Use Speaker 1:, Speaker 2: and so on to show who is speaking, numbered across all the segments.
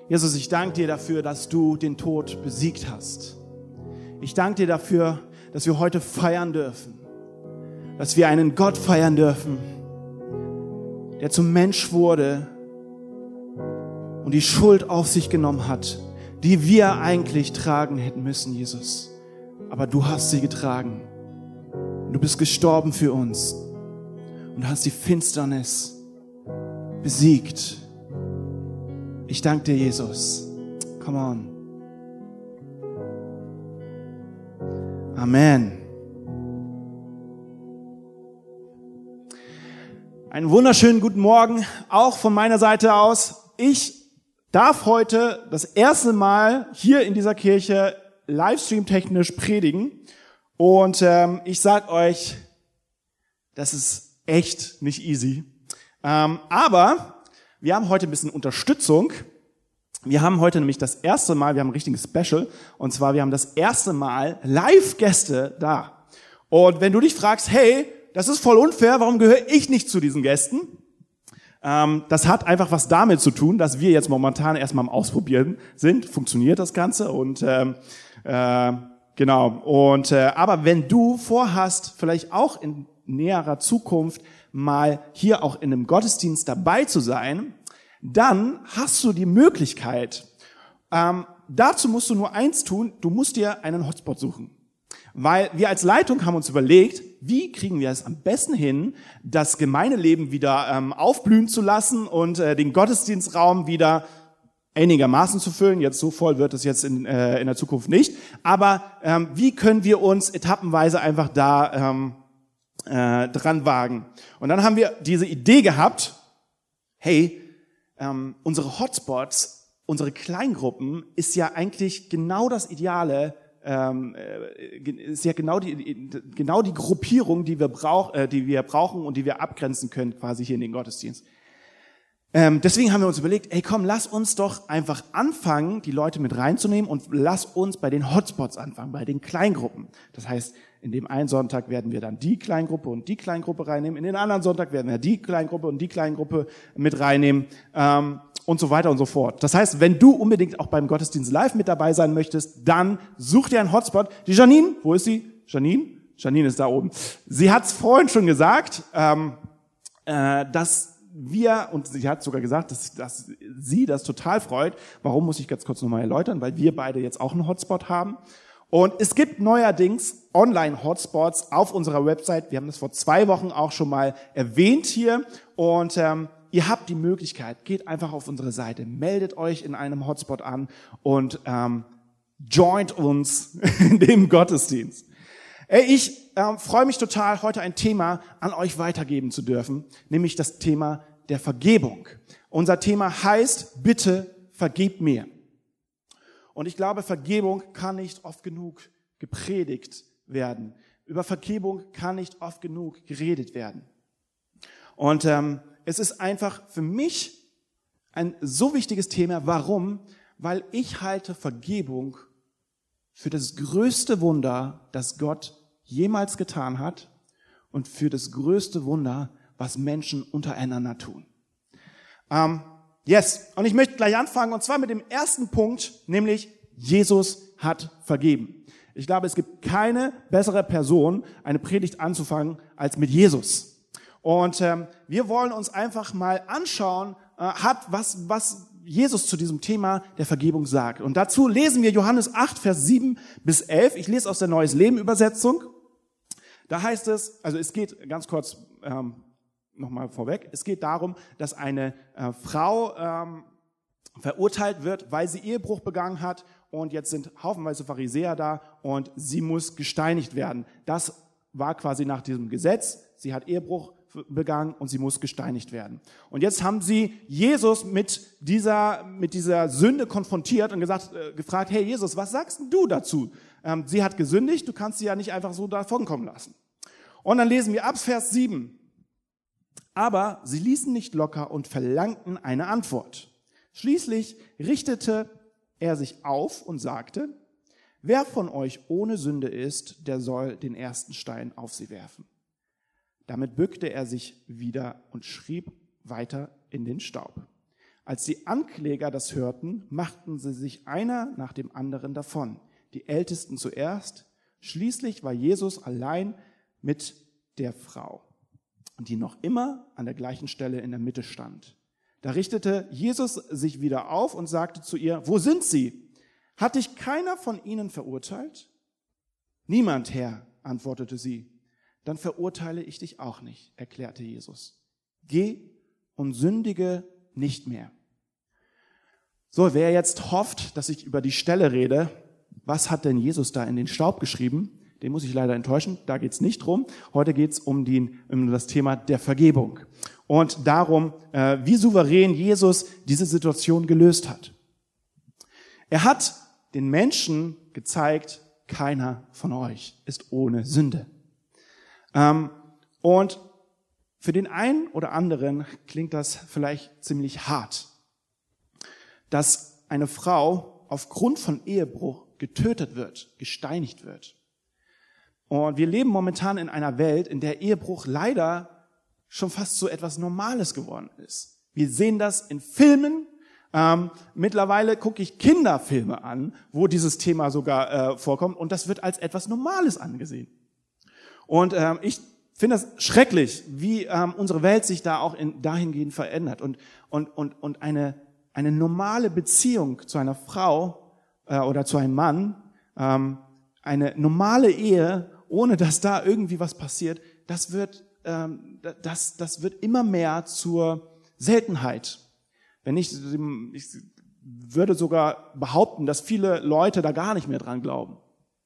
Speaker 1: Jesus, ich danke dir dafür, dass du den Tod besiegt hast. Ich danke dir dafür, dass wir heute feiern dürfen. Dass wir einen Gott feiern dürfen, der zum Mensch wurde und die Schuld auf sich genommen hat, die wir eigentlich tragen hätten müssen, Jesus. Aber du hast sie getragen. Du bist gestorben für uns und hast die Finsternis besiegt. Ich danke dir, Jesus. Come on. Amen. Einen wunderschönen guten Morgen, auch von meiner Seite aus. Ich darf heute das erste Mal hier in dieser Kirche livestream-technisch predigen. Und ich sag euch, das ist echt nicht easy. Aber wir haben heute ein bisschen Unterstützung. Wir haben heute nämlich das erste Mal, wir haben ein richtiges Special, und zwar wir haben das erste Mal Live-Gäste da. Und wenn du dich fragst, hey, das ist voll unfair, warum gehöre ich nicht zu diesen Gästen? Das hat einfach was damit zu tun, dass wir jetzt momentan erstmal am Ausprobieren sind. Funktioniert das Ganze? Und genau. Und aber wenn du vorhast, vielleicht auch in näherer Zukunft mal hier auch in einem Gottesdienst dabei zu sein, dann hast du die Möglichkeit. Dazu musst du nur eins tun: Du musst dir einen Hotspot suchen. Weil wir als Leitung haben uns überlegt, wie kriegen wir es am besten hin, das Gemeindeleben wieder aufblühen zu lassen und den Gottesdienstraum wieder einigermaßen zu füllen. Jetzt so voll wird es jetzt in der Zukunft nicht. Aber wie können wir uns etappenweise einfach da dran wagen? Und dann haben wir diese Idee gehabt, hey, unsere Hotspots, unsere Kleingruppen ist ja eigentlich genau das Ideale, ist ja genau die Gruppierung, die wir brauchen und die wir abgrenzen können quasi hier in den Gottesdienst. Deswegen haben wir uns überlegt, ey komm, lass uns doch einfach anfangen, die Leute mit reinzunehmen und lass uns bei den Hotspots anfangen, bei den Kleingruppen. Das heißt, in dem einen Sonntag werden wir dann die Kleingruppe und die Kleingruppe reinnehmen, in den anderen Sonntag werden wir die Kleingruppe und die Kleingruppe mit reinnehmen und so weiter und so fort. Das heißt, wenn du unbedingt auch beim Gottesdienst live mit dabei sein möchtest, dann such dir einen Hotspot. Die Janine, wo ist sie? Janine ist da oben. Sie hat es vorhin schon gesagt, dass wir, und sie hat sogar gesagt, dass sie das total freut. Warum, muss ich ganz kurz nochmal erläutern, weil wir beide jetzt auch einen Hotspot haben. Und es gibt neuerdings Online-Hotspots auf unserer Website. Wir haben das vor 2 Wochen auch schon mal erwähnt hier. Und ihr habt die Möglichkeit, geht einfach auf unsere Seite, meldet euch in einem Hotspot an und joint uns in dem Gottesdienst. Ich freue mich total, heute ein Thema an euch weitergeben zu dürfen, nämlich das Thema der Vergebung. Unser Thema heißt, bitte vergib mir. Und ich glaube, Vergebung kann nicht oft genug gepredigt werden. Über Vergebung kann nicht oft genug geredet werden. Und es ist einfach für mich ein so wichtiges Thema. Warum? Weil ich halte Vergebung für das größte Wunder, das Gott jemals getan hat und für das größte Wunder, was Menschen untereinander tun. Yes, und ich möchte gleich anfangen, und zwar mit dem ersten Punkt, nämlich Jesus hat vergeben. Ich glaube, es gibt keine bessere Person, eine Predigt anzufangen, als mit Jesus. Und wir wollen uns einfach mal anschauen, was Jesus zu diesem Thema der Vergebung sagt. Und dazu lesen wir Johannes 8, Vers 7 bis 11. Ich lese aus der Neues Leben Übersetzung. Da heißt es, also es geht ganz kurz nochmal vorweg, es geht darum, dass eine Frau verurteilt wird, weil sie Ehebruch begangen hat, und jetzt sind haufenweise Pharisäer da und sie muss gesteinigt werden. Das war quasi nach diesem Gesetz. Sie hat Ehebruch begangen und sie muss gesteinigt werden. Und jetzt haben sie Jesus mit dieser Sünde konfrontiert und gefragt, hey Jesus, was sagst du dazu? Sie hat gesündigt, du kannst sie ja nicht einfach so davonkommen lassen. Und dann lesen wir ab Vers 7. Aber sie ließen nicht locker und verlangten eine Antwort. Schließlich richtete er sich auf und sagte, wer von euch ohne Sünde ist, der soll den ersten Stein auf sie werfen. Damit bückte er sich wieder und schrieb weiter in den Staub. Als die Ankläger das hörten, machten sie sich einer nach dem anderen davon. Die Ältesten zuerst. Schließlich war Jesus allein mit der Frau, die noch immer an der gleichen Stelle in der Mitte stand. Da richtete Jesus sich wieder auf und sagte zu ihr, wo sind sie? Hat dich keiner von ihnen verurteilt? Niemand, Herr, antwortete sie. Dann verurteile ich dich auch nicht, erklärte Jesus. Geh und sündige nicht mehr. So, wer jetzt hofft, dass ich über die Stelle rede, was hat denn Jesus da in den Staub geschrieben? Den muss ich leider enttäuschen, da geht's nicht drum. Heute geht's um das Thema der Vergebung und darum, wie souverän Jesus diese Situation gelöst hat. Er hat den Menschen gezeigt, keiner von euch ist ohne Sünde. Und für den einen oder anderen klingt das vielleicht ziemlich hart, dass eine Frau aufgrund von Ehebruch getötet wird, gesteinigt wird. Und wir leben momentan in einer Welt, in der Ehebruch leider schon fast so etwas Normales geworden ist. Wir sehen das in Filmen. Mittlerweile gucke ich Kinderfilme an, wo dieses Thema sogar vorkommt. Und das wird als etwas Normales angesehen. Und ich finde das schrecklich, wie unsere Welt sich da auch dahingehend verändert. Und eine normale Beziehung zu einer Frau oder zu einem Mann, eine normale Ehe, ohne dass da irgendwie was passiert, das wird immer mehr zur Seltenheit. Ich würde sogar behaupten, dass viele Leute da gar nicht mehr dran glauben.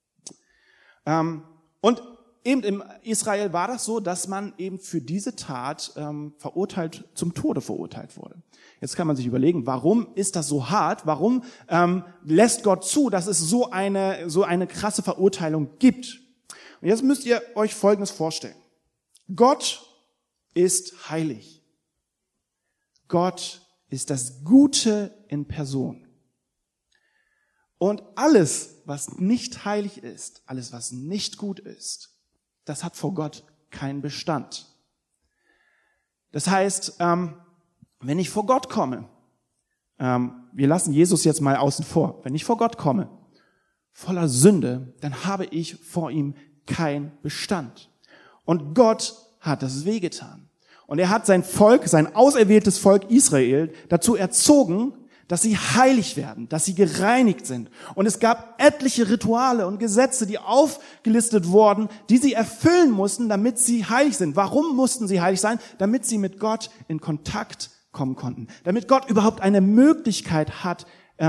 Speaker 1: Und eben in Israel war das so, dass man eben für diese Tat zum Tode verurteilt wurde. Jetzt kann man sich überlegen, warum ist das so hart? Warum lässt Gott zu, dass es so eine krasse Verurteilung gibt? Und jetzt müsst ihr euch Folgendes vorstellen. Gott ist heilig. Gott ist das Gute in Person. Und alles, was nicht heilig ist, alles, was nicht gut ist, das hat vor Gott keinen Bestand. Das heißt, wenn ich vor Gott komme, wir lassen Jesus jetzt mal außen vor, wenn ich vor Gott komme, voller Sünde, dann habe ich vor ihm keinen Bestand. Und Gott hat das wehgetan. Und er hat sein Volk, sein auserwähltes Volk Israel dazu erzogen, dass sie heilig werden, dass sie gereinigt sind. Und es gab etliche Rituale und Gesetze, die aufgelistet wurden, die sie erfüllen mussten, damit sie heilig sind. Warum mussten sie heilig sein? Damit sie mit Gott in Kontakt kommen konnten. Damit Gott überhaupt eine Möglichkeit hat,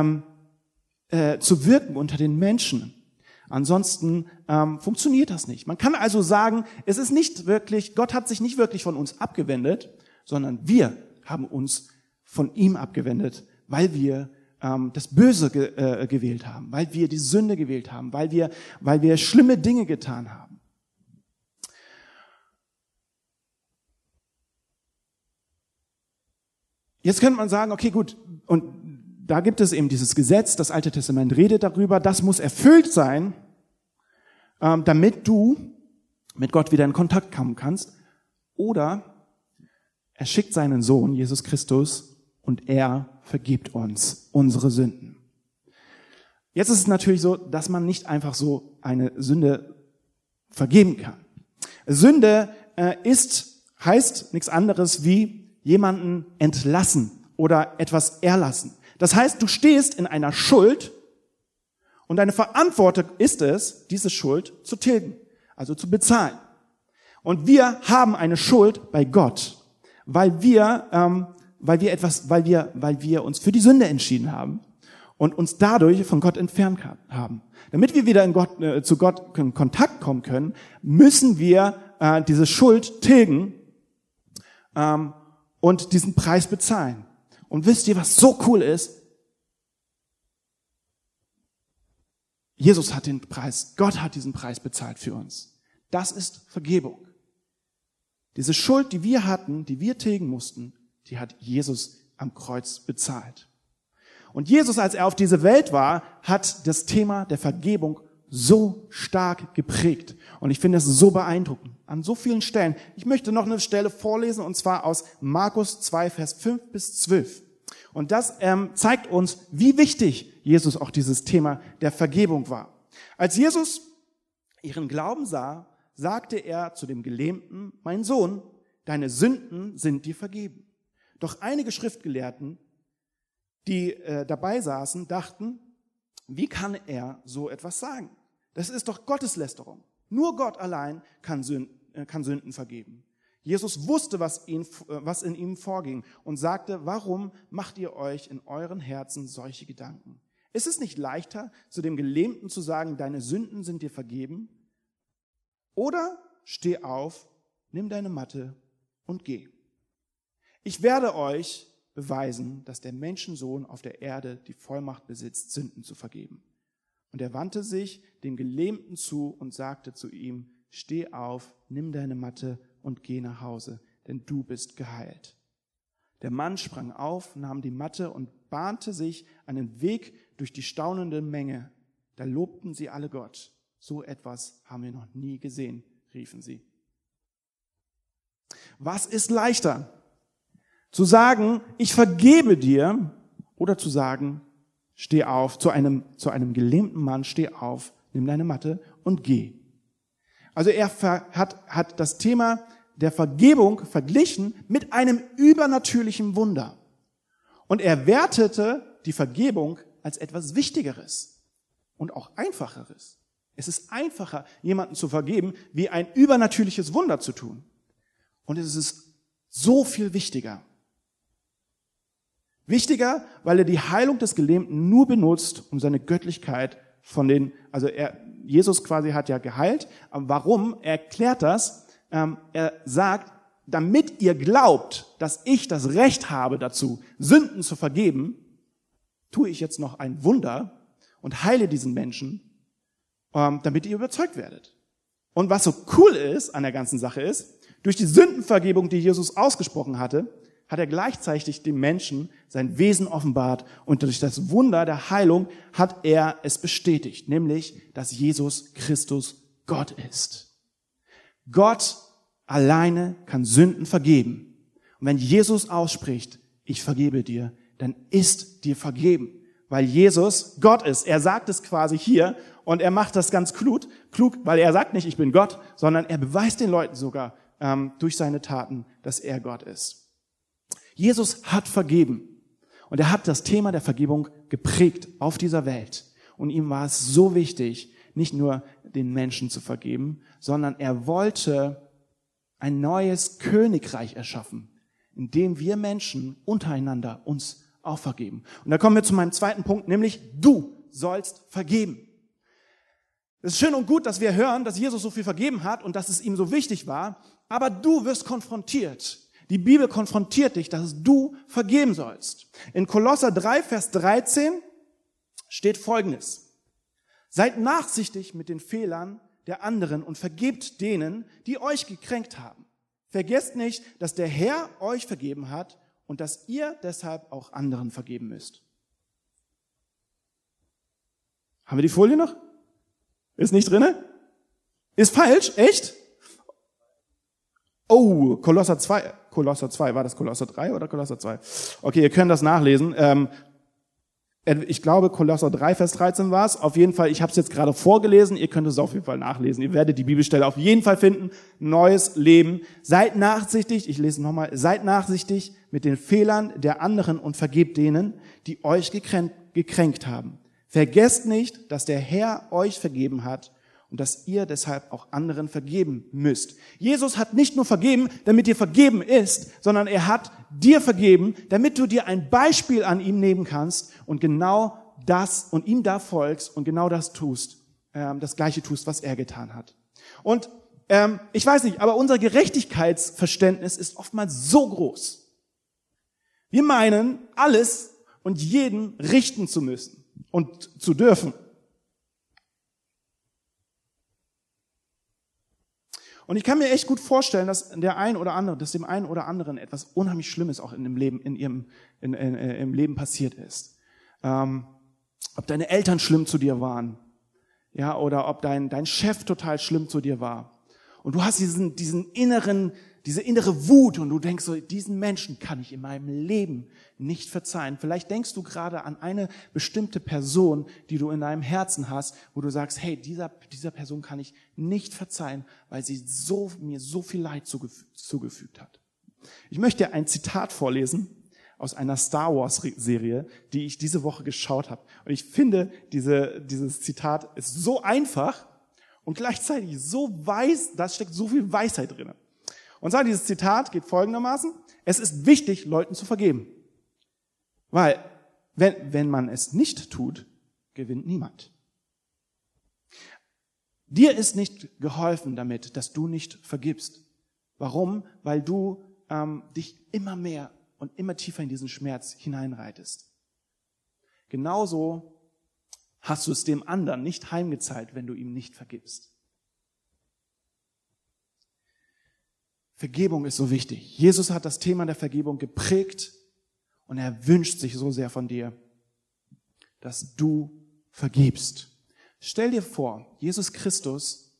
Speaker 1: zu wirken unter den Menschen. Ansonsten funktioniert das nicht. Man kann also sagen, Gott hat sich nicht wirklich von uns abgewendet, sondern wir haben uns von ihm abgewendet, weil wir das Böse gewählt haben, weil wir die Sünde gewählt haben, weil wir schlimme Dinge getan haben. Jetzt könnte man sagen, okay, gut, und da gibt es eben dieses Gesetz, das Alte Testament redet darüber, das muss erfüllt sein, damit du mit Gott wieder in Kontakt kommen kannst. Oder er schickt seinen Sohn, Jesus Christus, und er vergibt uns unsere Sünden. Jetzt ist es natürlich so, dass man nicht einfach so eine Sünde vergeben kann. Sünde heißt nichts anderes wie jemanden entlassen oder etwas erlassen. Das heißt, du stehst in einer Schuld und deine Verantwortung ist es, diese Schuld zu tilgen, also zu bezahlen. Und wir haben eine Schuld bei Gott, weil wir uns für die Sünde entschieden haben und uns dadurch von Gott entfernt haben. Damit wir wieder zu Gott in Kontakt kommen können, müssen wir diese Schuld tilgen und diesen Preis bezahlen. Und wisst ihr, was so cool ist? Jesus hat den Preis, Gott hat diesen Preis bezahlt für uns. Das ist Vergebung. Diese Schuld, die wir hatten, die wir tilgen mussten, die hat Jesus am Kreuz bezahlt. Und Jesus, als er auf diese Welt war, hat das Thema der Vergebung so stark geprägt. Und ich finde es so beeindruckend. An so vielen Stellen. Ich möchte noch eine Stelle vorlesen, und zwar aus Markus 2, Vers 5 bis 12. Und das zeigt uns, wie wichtig Jesus auch dieses Thema der Vergebung war. Als Jesus ihren Glauben sah, sagte er zu dem Gelähmten: Mein Sohn, deine Sünden sind dir vergeben. Doch einige Schriftgelehrten, die dabei saßen, dachten: Wie kann er so etwas sagen? Das ist doch Gotteslästerung. Nur Gott allein kann Sünden vergeben. Jesus wusste, was in ihm vorging und sagte: Warum macht ihr euch in euren Herzen solche Gedanken? Ist es nicht leichter, zu dem Gelähmten zu sagen: Deine Sünden sind dir vergeben? Oder steh auf, nimm deine Matte und geh. Ich werde euch beweisen, dass der Menschensohn auf der Erde die Vollmacht besitzt, Sünden zu vergeben. Und er wandte sich dem Gelähmten zu und sagte zu ihm: Steh auf, nimm deine Matte und geh nach Hause, denn du bist geheilt. Der Mann sprang auf, nahm die Matte und bahnte sich einen Weg durch die staunende Menge. Da lobten sie alle Gott. So etwas haben wir noch nie gesehen, riefen sie. Was ist leichter? Zu sagen: Ich vergebe dir, oder zu sagen: Steh auf, zu einem gelähmten Mann: Steh auf, nimm deine Matte und geh. Also er hat das Thema der Vergebung verglichen mit einem übernatürlichen Wunder. Und er wertete die Vergebung als etwas Wichtigeres und auch Einfacheres. Es ist einfacher, jemanden zu vergeben, wie ein übernatürliches Wunder zu tun. Und es ist so viel wichtiger. Wichtiger, weil er die Heilung des Gelähmten nur benutzt, um seine Göttlichkeit Jesus quasi hat ja geheilt. Aber warum? Er erklärt das. Er sagt: Damit ihr glaubt, dass ich das Recht habe dazu, Sünden zu vergeben, tue ich jetzt noch ein Wunder und heile diesen Menschen, damit ihr überzeugt werdet. Und was so cool ist an der ganzen Sache ist, durch die Sündenvergebung, die Jesus ausgesprochen hatte, hat er gleichzeitig dem Menschen sein Wesen offenbart, und durch das Wunder der Heilung hat er es bestätigt, nämlich, dass Jesus Christus Gott ist. Gott alleine kann Sünden vergeben. Und wenn Jesus ausspricht: Ich vergebe dir, dann ist dir vergeben, weil Jesus Gott ist. Er sagt es quasi hier, und er macht das ganz klug, weil er sagt nicht: Ich bin Gott, sondern er beweist den Leuten sogar durch seine Taten, dass er Gott ist. Jesus hat vergeben, und er hat das Thema der Vergebung geprägt auf dieser Welt. Und ihm war es so wichtig, nicht nur den Menschen zu vergeben, sondern er wollte ein neues Königreich erschaffen, in dem wir Menschen untereinander uns auch vergeben. Und da kommen wir zu meinem zweiten Punkt, nämlich: Du sollst vergeben. Es ist schön und gut, dass wir hören, dass Jesus so viel vergeben hat und dass es ihm so wichtig war, aber du wirst konfrontiert. Die Bibel konfrontiert dich, dass du vergeben sollst. In Kolosser 3, Vers 13 steht Folgendes: Seid nachsichtig mit den Fehlern der anderen und vergebt denen, die euch gekränkt haben. Vergesst nicht, dass der Herr euch vergeben hat und dass ihr deshalb auch anderen vergeben müsst. Haben wir die Folie noch? Ist nicht drinne? Ist falsch? Echt? Oh, Kolosser 2. Kolosser 2, war das Kolosser 3 oder Kolosser 2? Okay, ihr könnt das nachlesen. Ich glaube, Kolosser 3, Vers 13 war es. Auf jeden Fall, ich habe es jetzt gerade vorgelesen, ihr könnt es auf jeden Fall nachlesen. Ihr werdet die Bibelstelle auf jeden Fall finden. Neues Leben. Seid nachsichtig, ich lese nochmal, seid nachsichtig mit den Fehlern der anderen und vergebt denen, die euch gekränkt haben. Vergesst nicht, dass der Herr euch vergeben hat und dass ihr deshalb auch anderen vergeben müsst. Jesus hat nicht nur vergeben, damit dir vergeben ist, sondern er hat dir vergeben, damit du dir ein Beispiel an ihm nehmen kannst und genau das und ihm da folgst und genau das tust, das Gleiche tust, was er getan hat. Und ich weiß nicht, aber unser Gerechtigkeitsverständnis ist oftmals so groß. Wir meinen, alles und jeden richten zu müssen und zu dürfen. Und ich kann mir echt gut vorstellen, dass dem einen oder anderen etwas unheimlich Schlimmes auch im Leben passiert ist. Ob deine Eltern schlimm zu dir waren, ja, oder ob dein Chef total schlimm zu dir war. Und du hast diesen inneren diese innere Wut und du denkst so, diesen Menschen kann ich in meinem Leben nicht verzeihen. Vielleicht denkst du gerade an eine bestimmte Person, die du in deinem Herzen hast, wo du sagst, hey, dieser Person kann ich nicht verzeihen, weil sie mir so viel Leid zugefügt hat. Ich möchte dir ein Zitat vorlesen aus einer Star Wars Serie, die ich diese Woche geschaut habe. Und ich finde, dieses Zitat ist so einfach und gleichzeitig so weise, da steckt so viel Weisheit drin. Und zwar dieses Zitat geht folgendermaßen: Es ist wichtig, Leuten zu vergeben. Weil, wenn man es nicht tut, gewinnt niemand. Dir ist nicht geholfen damit, dass du nicht vergibst. Warum? Weil du dich immer mehr und immer tiefer in diesen Schmerz hineinreitest. Genauso hast du es dem anderen nicht heimgezahlt, wenn du ihm nicht vergibst. Vergebung ist so wichtig. Jesus hat das Thema der Vergebung geprägt und er wünscht sich so sehr von dir, dass du vergibst. Stell dir vor, Jesus Christus,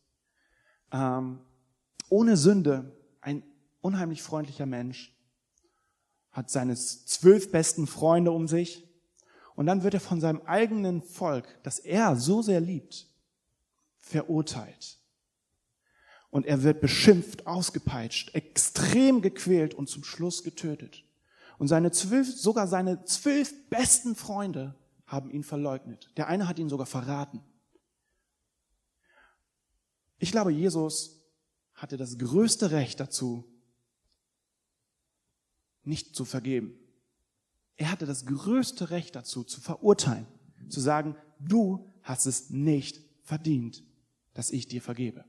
Speaker 1: ohne Sünde, ein unheimlich freundlicher Mensch, hat seine 12 besten Freunde um sich und dann wird er von seinem eigenen Volk, das er so sehr liebt, verurteilt. Und er wird beschimpft, ausgepeitscht, extrem gequält und zum Schluss getötet. Und sogar seine 12 besten Freunde haben ihn verleugnet. Der eine hat ihn sogar verraten. Ich glaube, Jesus hatte das größte Recht dazu, nicht zu vergeben. Er hatte das größte Recht dazu, zu verurteilen, zu sagen, du hast es nicht verdient, dass ich dir vergebe.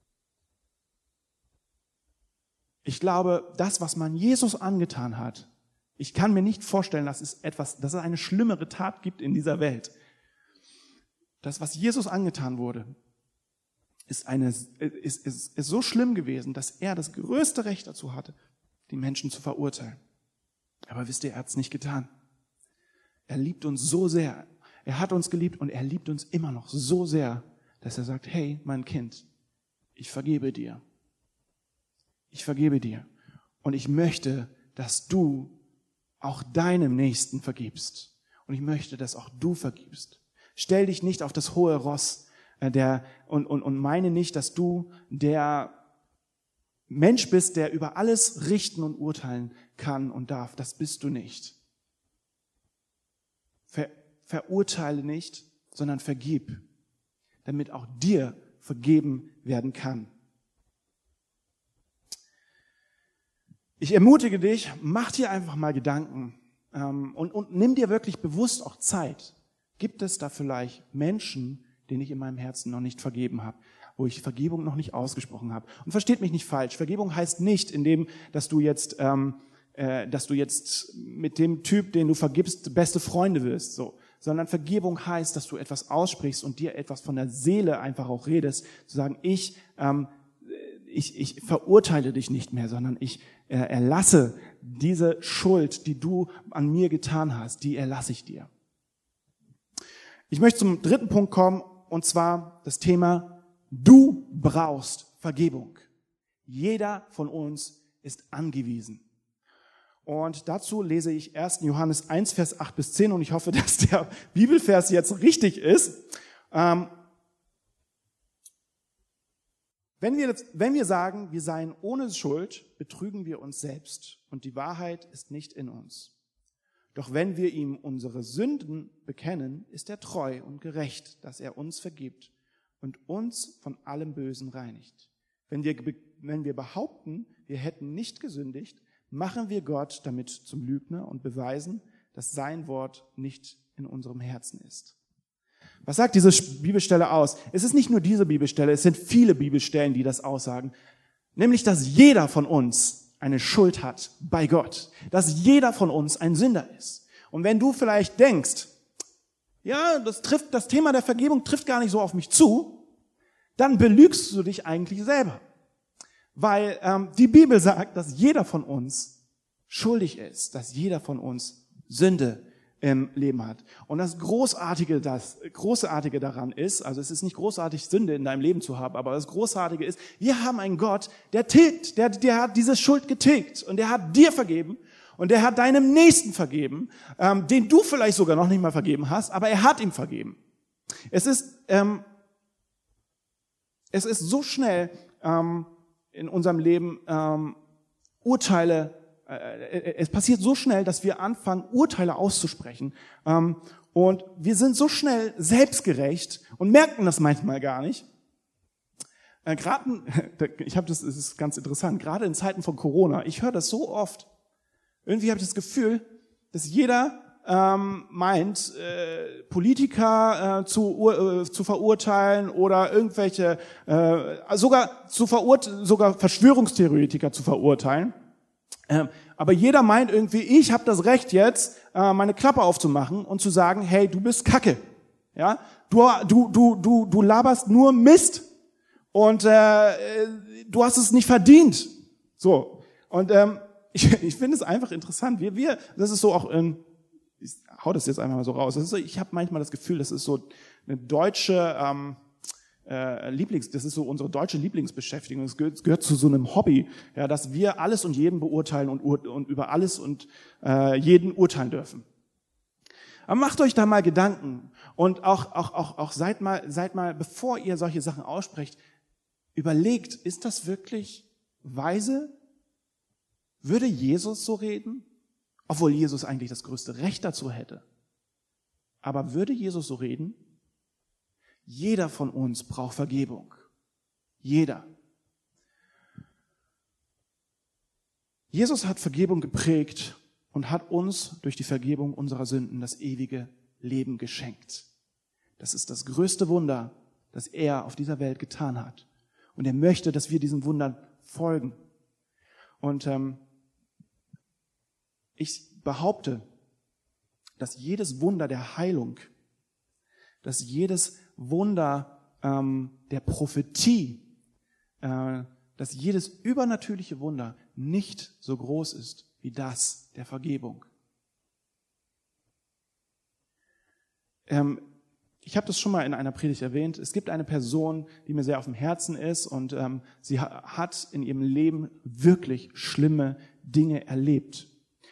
Speaker 1: Ich glaube, das, was man Jesus angetan hat, ich kann mir nicht vorstellen, dass es eine schlimmere Tat gibt in dieser Welt. Das, was Jesus angetan wurde, ist so schlimm gewesen, dass er das größte Recht dazu hatte, die Menschen zu verurteilen. Aber wisst ihr, er hat es nicht getan. Er liebt uns so sehr. Er hat uns geliebt und er liebt uns immer noch so sehr, dass er sagt, hey, mein Kind, ich vergebe dir. Ich vergebe dir. Und ich möchte, dass du auch deinem Nächsten vergibst. Und ich möchte, dass auch du vergibst. Stell dich nicht auf das hohe Ross und meine nicht, dass du der Mensch bist, der über alles richten und urteilen kann und darf. Das bist du nicht. Verurteile nicht, sondern vergib, damit auch dir vergeben werden kann. Ich ermutige dich, mach dir einfach mal Gedanken und nimm dir wirklich bewusst auch Zeit. Gibt es da vielleicht Menschen, denen ich in meinem Herzen noch nicht vergeben habe, wo ich Vergebung noch nicht ausgesprochen habe? Und versteht mich nicht falsch, Vergebung heißt nicht, dass du jetzt mit dem Typ, den du vergibst, beste Freunde wirst, so. Sondern Vergebung heißt, dass du etwas aussprichst und dir etwas von der Seele einfach auch redest, zu sagen, ich verurteile dich nicht mehr, sondern ich erlasse diese Schuld, die du an mir getan hast, die erlasse ich dir. Ich möchte zum dritten Punkt kommen, und zwar das Thema, du brauchst Vergebung. Jeder von uns ist angewiesen. Und dazu lese ich 1. Johannes 1, Vers 8 bis 10 und ich hoffe, dass der Bibelvers jetzt richtig ist. Wenn wir sagen, wir seien ohne Schuld, betrügen wir uns selbst und die Wahrheit ist nicht in uns. Doch wenn wir ihm unsere Sünden bekennen, ist er treu und gerecht, dass er uns vergibt und uns von allem Bösen reinigt. Wenn wir behaupten, wir hätten nicht gesündigt, machen wir Gott damit zum Lügner und beweisen, dass sein Wort nicht in unserem Herzen ist. Was sagt diese Bibelstelle aus? Es ist nicht nur diese Bibelstelle, es sind viele Bibelstellen, die das aussagen. Nämlich, dass jeder von uns eine Schuld hat bei Gott. Dass jeder von uns ein Sünder ist. Und wenn du vielleicht denkst, ja, das Thema der Vergebung trifft gar nicht so auf mich zu, dann belügst du dich eigentlich selber. Weil die Bibel sagt, dass jeder von uns schuldig ist, dass jeder von uns Sünde im Leben hat. Und das Großartige daran ist, also es ist nicht großartig, Sünde in deinem Leben zu haben, aber das Großartige ist, wir haben einen Gott, der tilgt, der hat diese Schuld getilgt und der hat dir vergeben und der hat deinem Nächsten vergeben, den du vielleicht sogar noch nicht mal vergeben hast, aber er hat ihm vergeben. Es ist so schnell in unserem Leben es passiert so schnell, dass wir anfangen, Urteile auszusprechen. Und wir sind so schnell selbstgerecht und merken das manchmal gar nicht. Das ist ganz interessant, gerade in Zeiten von Corona, ich höre das so oft. Irgendwie habe ich das Gefühl, dass jeder meint, Politiker zu verurteilen oder irgendwelche, sogar Verschwörungstheoretiker zu verurteilen. Aber jeder meint irgendwie, ich habe das Recht jetzt, meine Klappe aufzumachen und zu sagen, hey, du bist Kacke. Ja? Du laberst nur Mist und du hast es nicht verdient. So. Und ich finde es einfach interessant. Das ist so auch ich hau das jetzt einfach mal so raus. Ich habe manchmal das Gefühl, das ist so eine deutsche das ist so unsere deutsche Lieblingsbeschäftigung. Es gehört zu so einem Hobby, ja, dass wir alles und jeden beurteilen und über alles und jeden urteilen dürfen. Aber macht euch da mal Gedanken und auch seid mal, bevor ihr solche Sachen aussprecht, überlegt, ist das wirklich weise? Würde Jesus so reden? Obwohl Jesus eigentlich das größte Recht dazu hätte. Aber würde Jesus so reden? Jeder von uns braucht Vergebung. Jeder. Jesus hat Vergebung geprägt und hat uns durch die Vergebung unserer Sünden das ewige Leben geschenkt. Das ist das größte Wunder, das er auf dieser Welt getan hat. Und er möchte, dass wir diesem Wunder folgen. Und ich behaupte, dass jedes Wunder der Heilung, dass jedes Wunder der Prophetie, dass jedes übernatürliche Wunder nicht so groß ist wie das der Vergebung. Ich habe das schon mal in einer Predigt erwähnt. Es gibt eine Person, die mir sehr auf dem Herzen ist und sie hat in ihrem Leben wirklich schlimme Dinge erlebt.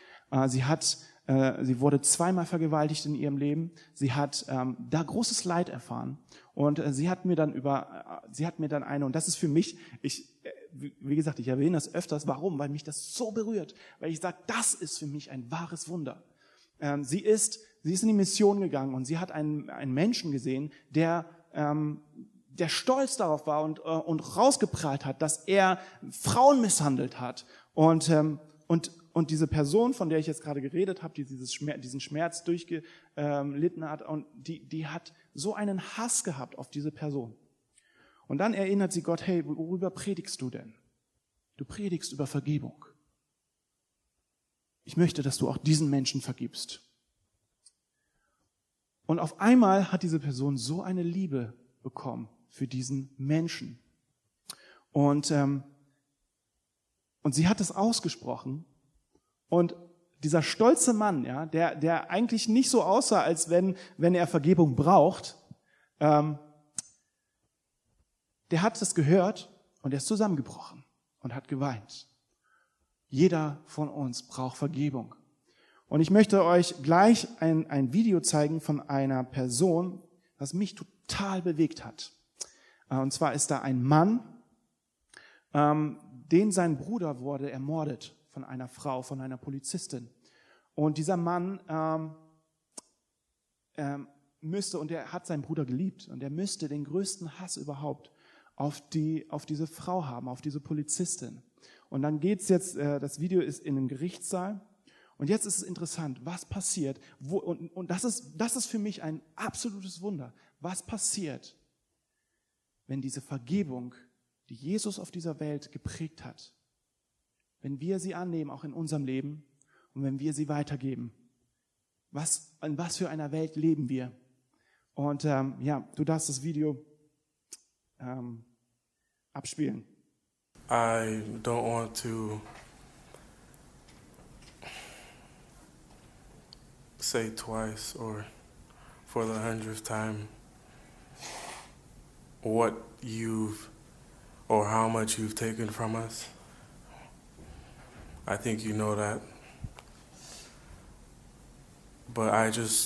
Speaker 1: Sie wurde zweimal vergewaltigt in ihrem Leben. Sie hat da großes Leid erfahren. Und sie hat mir dann und das ist für mich, wie gesagt, ich erwähne das öfters. Warum? Weil mich das so berührt. Weil ich sage, das ist für mich ein wahres Wunder. Sie ist in die Mission gegangen und sie hat einen Menschen gesehen, der stolz darauf war und rausgeprahlt hat, dass er Frauen misshandelt hat. Und diese Person, von der ich jetzt gerade geredet habe, die diesen Schmerz durchgelitten hat, und die hat so einen Hass gehabt auf diese Person. Und dann erinnert sie Gott, hey, worüber predigst du denn? Du predigst über Vergebung. Ich möchte, dass du auch diesen Menschen vergibst. Und auf einmal hat diese Person so eine Liebe bekommen für diesen Menschen. Und sie hat es ausgesprochen. Und dieser stolze Mann, ja, der eigentlich nicht so aussah, als wenn er Vergebung braucht, der hat es gehört und er ist zusammengebrochen und hat geweint. Jeder von uns braucht Vergebung. Und ich möchte euch gleich ein Video zeigen von einer Person, was mich total bewegt hat. Und zwar ist da ein Mann, den sein Bruder wurde ermordet von einer Frau, von einer Polizistin. Und dieser Mann und er hat seinen Bruder geliebt, und er müsste den größten Hass überhaupt auf diese Frau haben, auf diese Polizistin. Und dann geht's jetzt, das Video ist in einem Gerichtssaal. Und jetzt ist es interessant, was passiert, und das ist für mich ein absolutes Wunder. Was passiert, wenn diese Vergebung, die Jesus auf dieser Welt geprägt hat, wenn wir sie annehmen, auch in unserem Leben, und wenn wir sie weitergeben? In was für einer Welt leben wir? Und du darfst das Video abspielen.
Speaker 2: I don't want to say twice or for the 100th time what you've or how much you've taken from us. I think you know that. But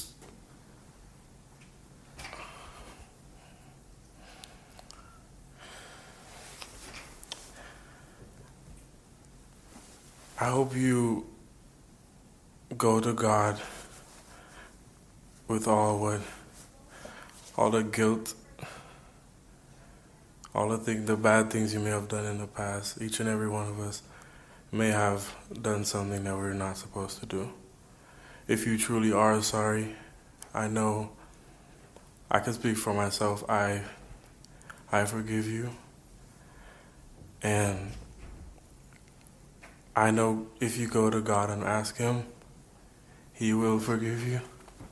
Speaker 2: I hope you go to God with all the guilt, all the bad things you may have done in the past. Each and every one of us may have done something that we're not supposed to do. If you truly are sorry, I know I can speak for myself. I forgive you. And I know if you go to God and ask Him, He will forgive you.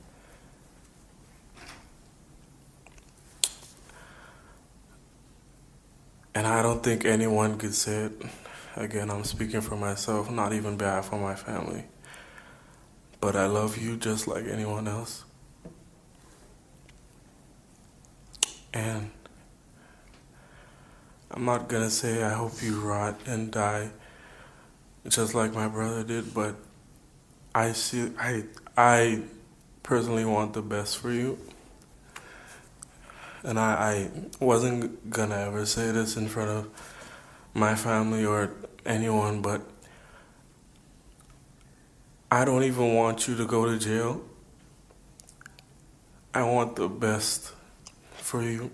Speaker 2: And I don't think anyone could say it. Again, I'm speaking for myself, not even behalf of my family. But I love you just like anyone else. And I'm not gonna say I hope you rot and die just like my brother did, but I personally want the best for you. And I wasn't gonna ever say this in front of my family or anyone, but I don't even want you to go to jail. I want the best for you.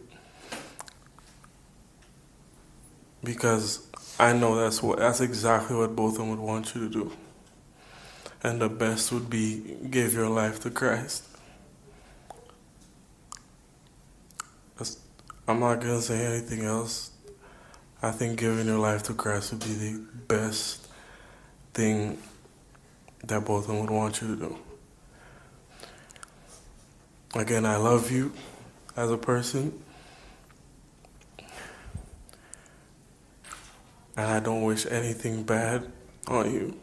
Speaker 2: Because I know that's exactly what both of them would want you to do. And the best would be give your life to Christ. I'm not going to say anything else. I think giving your life to Christ would be the best thing that both of them would want you to do. Again, I love you as a person. And I don't wish anything bad on you.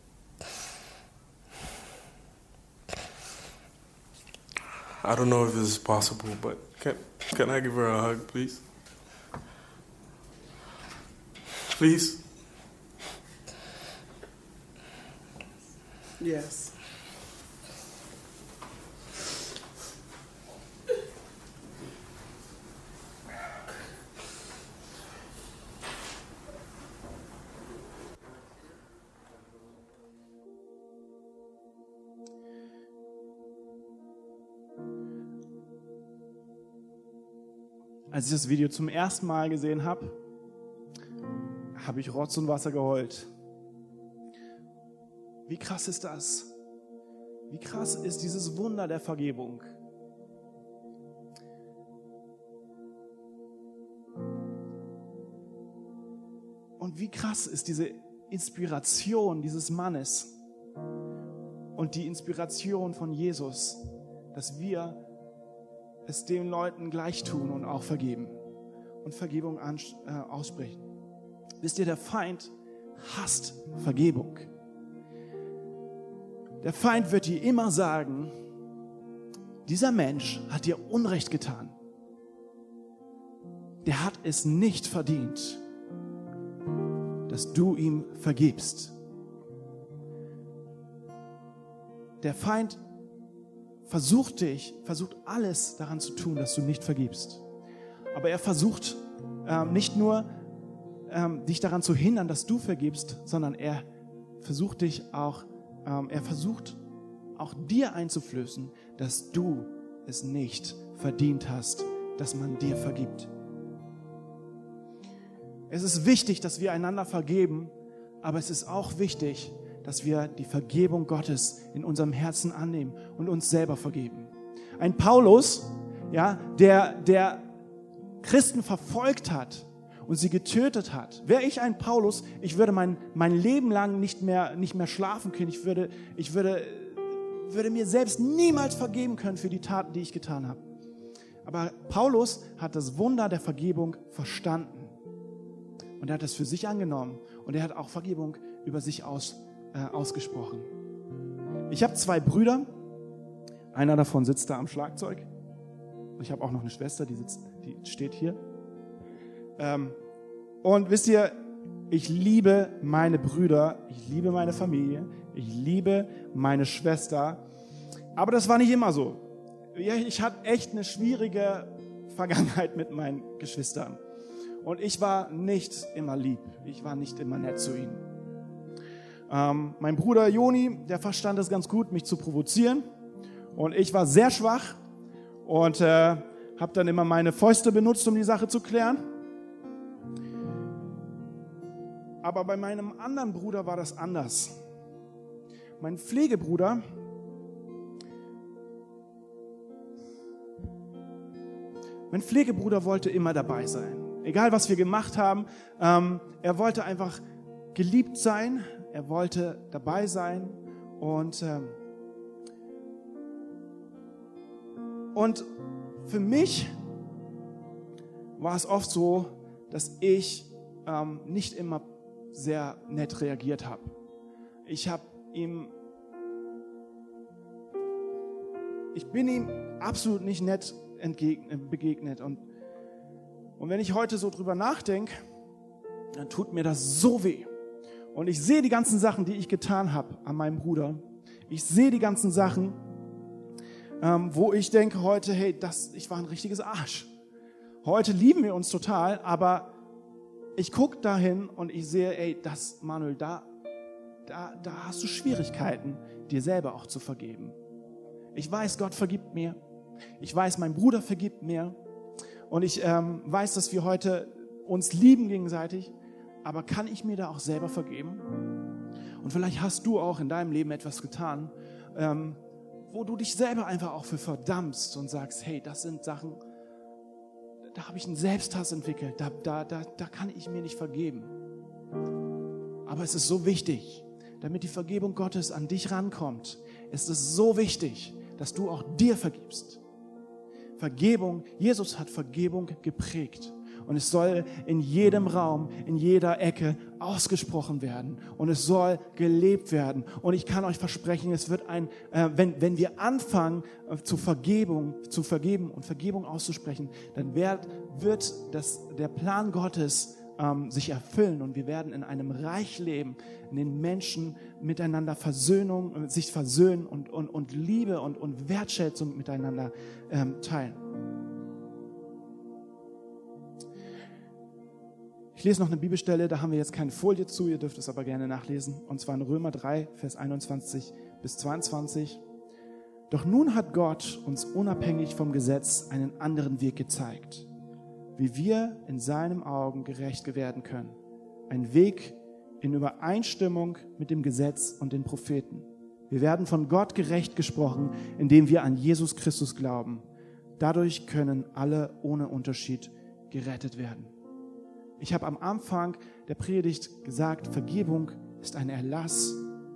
Speaker 2: I don't know if this is possible, but can I give her a hug, please? Please?
Speaker 1: Yes. Als ich das Video zum ersten Mal gesehen habe, habe ich Rotz und Wasser geheult. Wie krass ist das? Wie krass ist dieses Wunder der Vergebung? Und wie krass ist diese Inspiration dieses Mannes und die Inspiration von Jesus, dass wir es den Leuten gleich tun und auch vergeben und Vergebung aussprechen. Wisst ihr, der Feind hasst Vergebung. Der Feind wird dir immer sagen, dieser Mensch hat dir Unrecht getan. Der hat es nicht verdient, dass du ihm vergibst. Der Feind versucht alles daran zu tun, dass du nicht vergibst. Aber er versucht nicht nur, dich daran zu hindern, dass du vergibst, sondern er versucht auch dir einzuflößen, dass du es nicht verdient hast, dass man dir vergibt. Es ist wichtig, dass wir einander vergeben, aber es ist auch wichtig, dass wir die Vergebung Gottes in unserem Herzen annehmen und uns selber vergeben. Ein Paulus, ja, der Christen verfolgt hat und sie getötet hat. Wäre ich ein Paulus, ich würde mein Leben lang nicht mehr schlafen können. Ich würde mir selbst niemals vergeben können für die Taten, die ich getan habe. Aber Paulus hat das Wunder der Vergebung verstanden. Und er hat es für sich angenommen. Und er hat auch Vergebung über sich ausgesprochen. Ich habe 2 Brüder Einer davon sitzt da am Schlagzeug. Ich habe auch noch eine Schwester, die steht hier. Und wisst ihr, ich liebe meine Brüder, ich liebe meine Familie, ich liebe meine Schwester. Aber das war nicht immer so. Ich hatte echt eine schwierige Vergangenheit mit meinen Geschwistern. Und ich war nicht immer lieb. Ich war nicht immer nett zu ihnen. Mein Bruder Joni, der verstand es ganz gut, mich zu provozieren. Und ich war sehr schwach und habe dann immer meine Fäuste benutzt, um die Sache zu klären. Aber bei meinem anderen Bruder war das anders. Mein Pflegebruder, wollte immer dabei sein. Egal, was wir gemacht haben, er wollte einfach geliebt sein, er wollte dabei sein und für mich war es oft so, dass ich nicht immer sehr nett reagiert habe. Ich bin ihm absolut nicht nett begegnet. Und wenn ich heute so drüber nachdenke, dann tut mir das so weh. Und ich sehe die ganzen Sachen, die ich getan habe an meinem Bruder. Ich sehe die ganzen Sachen, wo ich denke heute, hey, ich war ein richtiges Arsch. Heute lieben wir uns total, aber ich gucke dahin und ich sehe, ey, Manuel, da hast du Schwierigkeiten, dir selber auch zu vergeben. Ich weiß, Gott vergibt mir. Ich weiß, mein Bruder vergibt mir. Und ich weiß, dass wir heute uns lieben gegenseitig. Aber kann ich mir da auch selber vergeben? Und vielleicht hast du auch in deinem Leben etwas getan, wo du dich selber einfach auch für verdammst und sagst, hey, das sind Sachen, da habe ich einen Selbsthass entwickelt, da kann ich mir nicht vergeben. Aber es ist so wichtig, damit die Vergebung Gottes an dich rankommt, ist es so wichtig, dass du auch dir vergibst. Vergebung, Jesus hat Vergebung geprägt. Und es soll in jedem Raum, in jeder Ecke ausgesprochen werden. Und es soll gelebt werden. Und ich kann euch versprechen, es wird wenn wir anfangen zu vergeben und Vergebung auszusprechen, dann wird der Plan Gottes sich erfüllen. Und wir werden in einem Reich leben, in dem Menschen miteinander sich versöhnen und Liebe und Wertschätzung miteinander teilen. Ich lese noch eine Bibelstelle, da haben wir jetzt keine Folie zu, ihr dürft es aber gerne nachlesen. Und zwar in Römer 3, Vers 21 bis 22. Doch nun hat Gott uns unabhängig vom Gesetz einen anderen Weg gezeigt, wie wir in seinen Augen gerecht werden können. Ein Weg in Übereinstimmung mit dem Gesetz und den Propheten. Wir werden von Gott gerecht gesprochen, indem wir an Jesus Christus glauben. Dadurch können alle ohne Unterschied gerettet werden. Ich habe am Anfang der Predigt gesagt, Vergebung ist ein Erlass.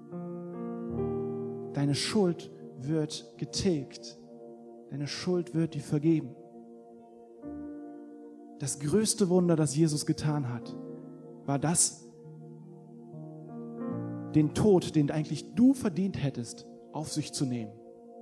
Speaker 1: Deine Schuld wird getilgt. Deine Schuld wird dir vergeben. Das größte Wunder, das Jesus getan hat, war das, den Tod, den eigentlich du verdient hättest, auf sich zu nehmen.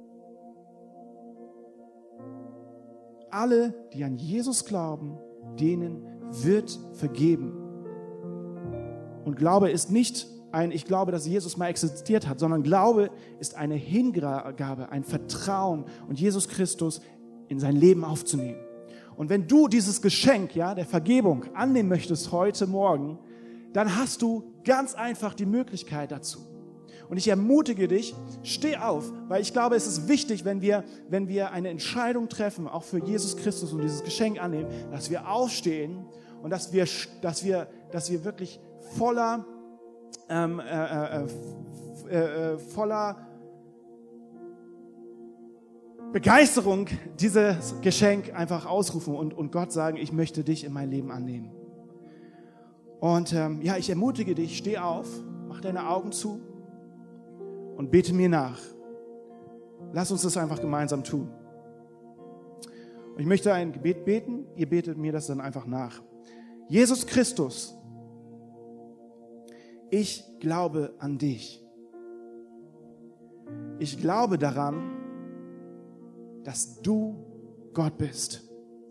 Speaker 1: Alle, die an Jesus glauben, denen wird vergeben. Und Glaube ist nicht ich glaube, dass Jesus mal existiert hat, sondern Glaube ist eine Hingabe, ein Vertrauen und Jesus Christus in sein Leben aufzunehmen. Und wenn du dieses Geschenk, der Vergebung annehmen möchtest heute Morgen, dann hast du ganz einfach die Möglichkeit dazu. Und ich ermutige dich, steh auf, weil ich glaube, es ist wichtig, wenn wir eine Entscheidung treffen, auch für Jesus Christus und dieses Geschenk annehmen, dass wir aufstehen und dass wir wirklich voller Begeisterung dieses Geschenk einfach ausrufen und Gott sagen, ich möchte dich in mein Leben annehmen. Und ich ermutige dich, steh auf, mach deine Augen zu und bete mir nach. Lass uns das einfach gemeinsam tun. Und ich möchte ein Gebet beten, ihr betet mir das dann einfach nach. Jesus Christus, ich glaube an dich. Ich glaube daran, dass du Gott bist,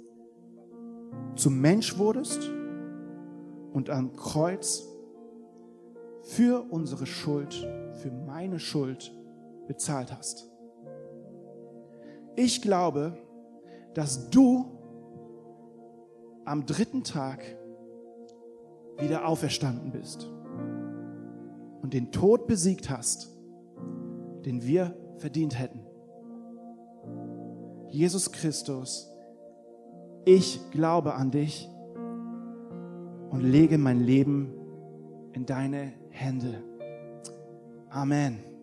Speaker 1: zum Mensch wurdest und am Kreuz für unsere Schuld, für meine Schuld bezahlt hast. Ich glaube, dass du am 3. Tag wieder auferstanden bist und den Tod besiegt hast, den wir verdient hätten. Jesus Christus, ich glaube an dich und lege mein Leben in deine Hände. Amen.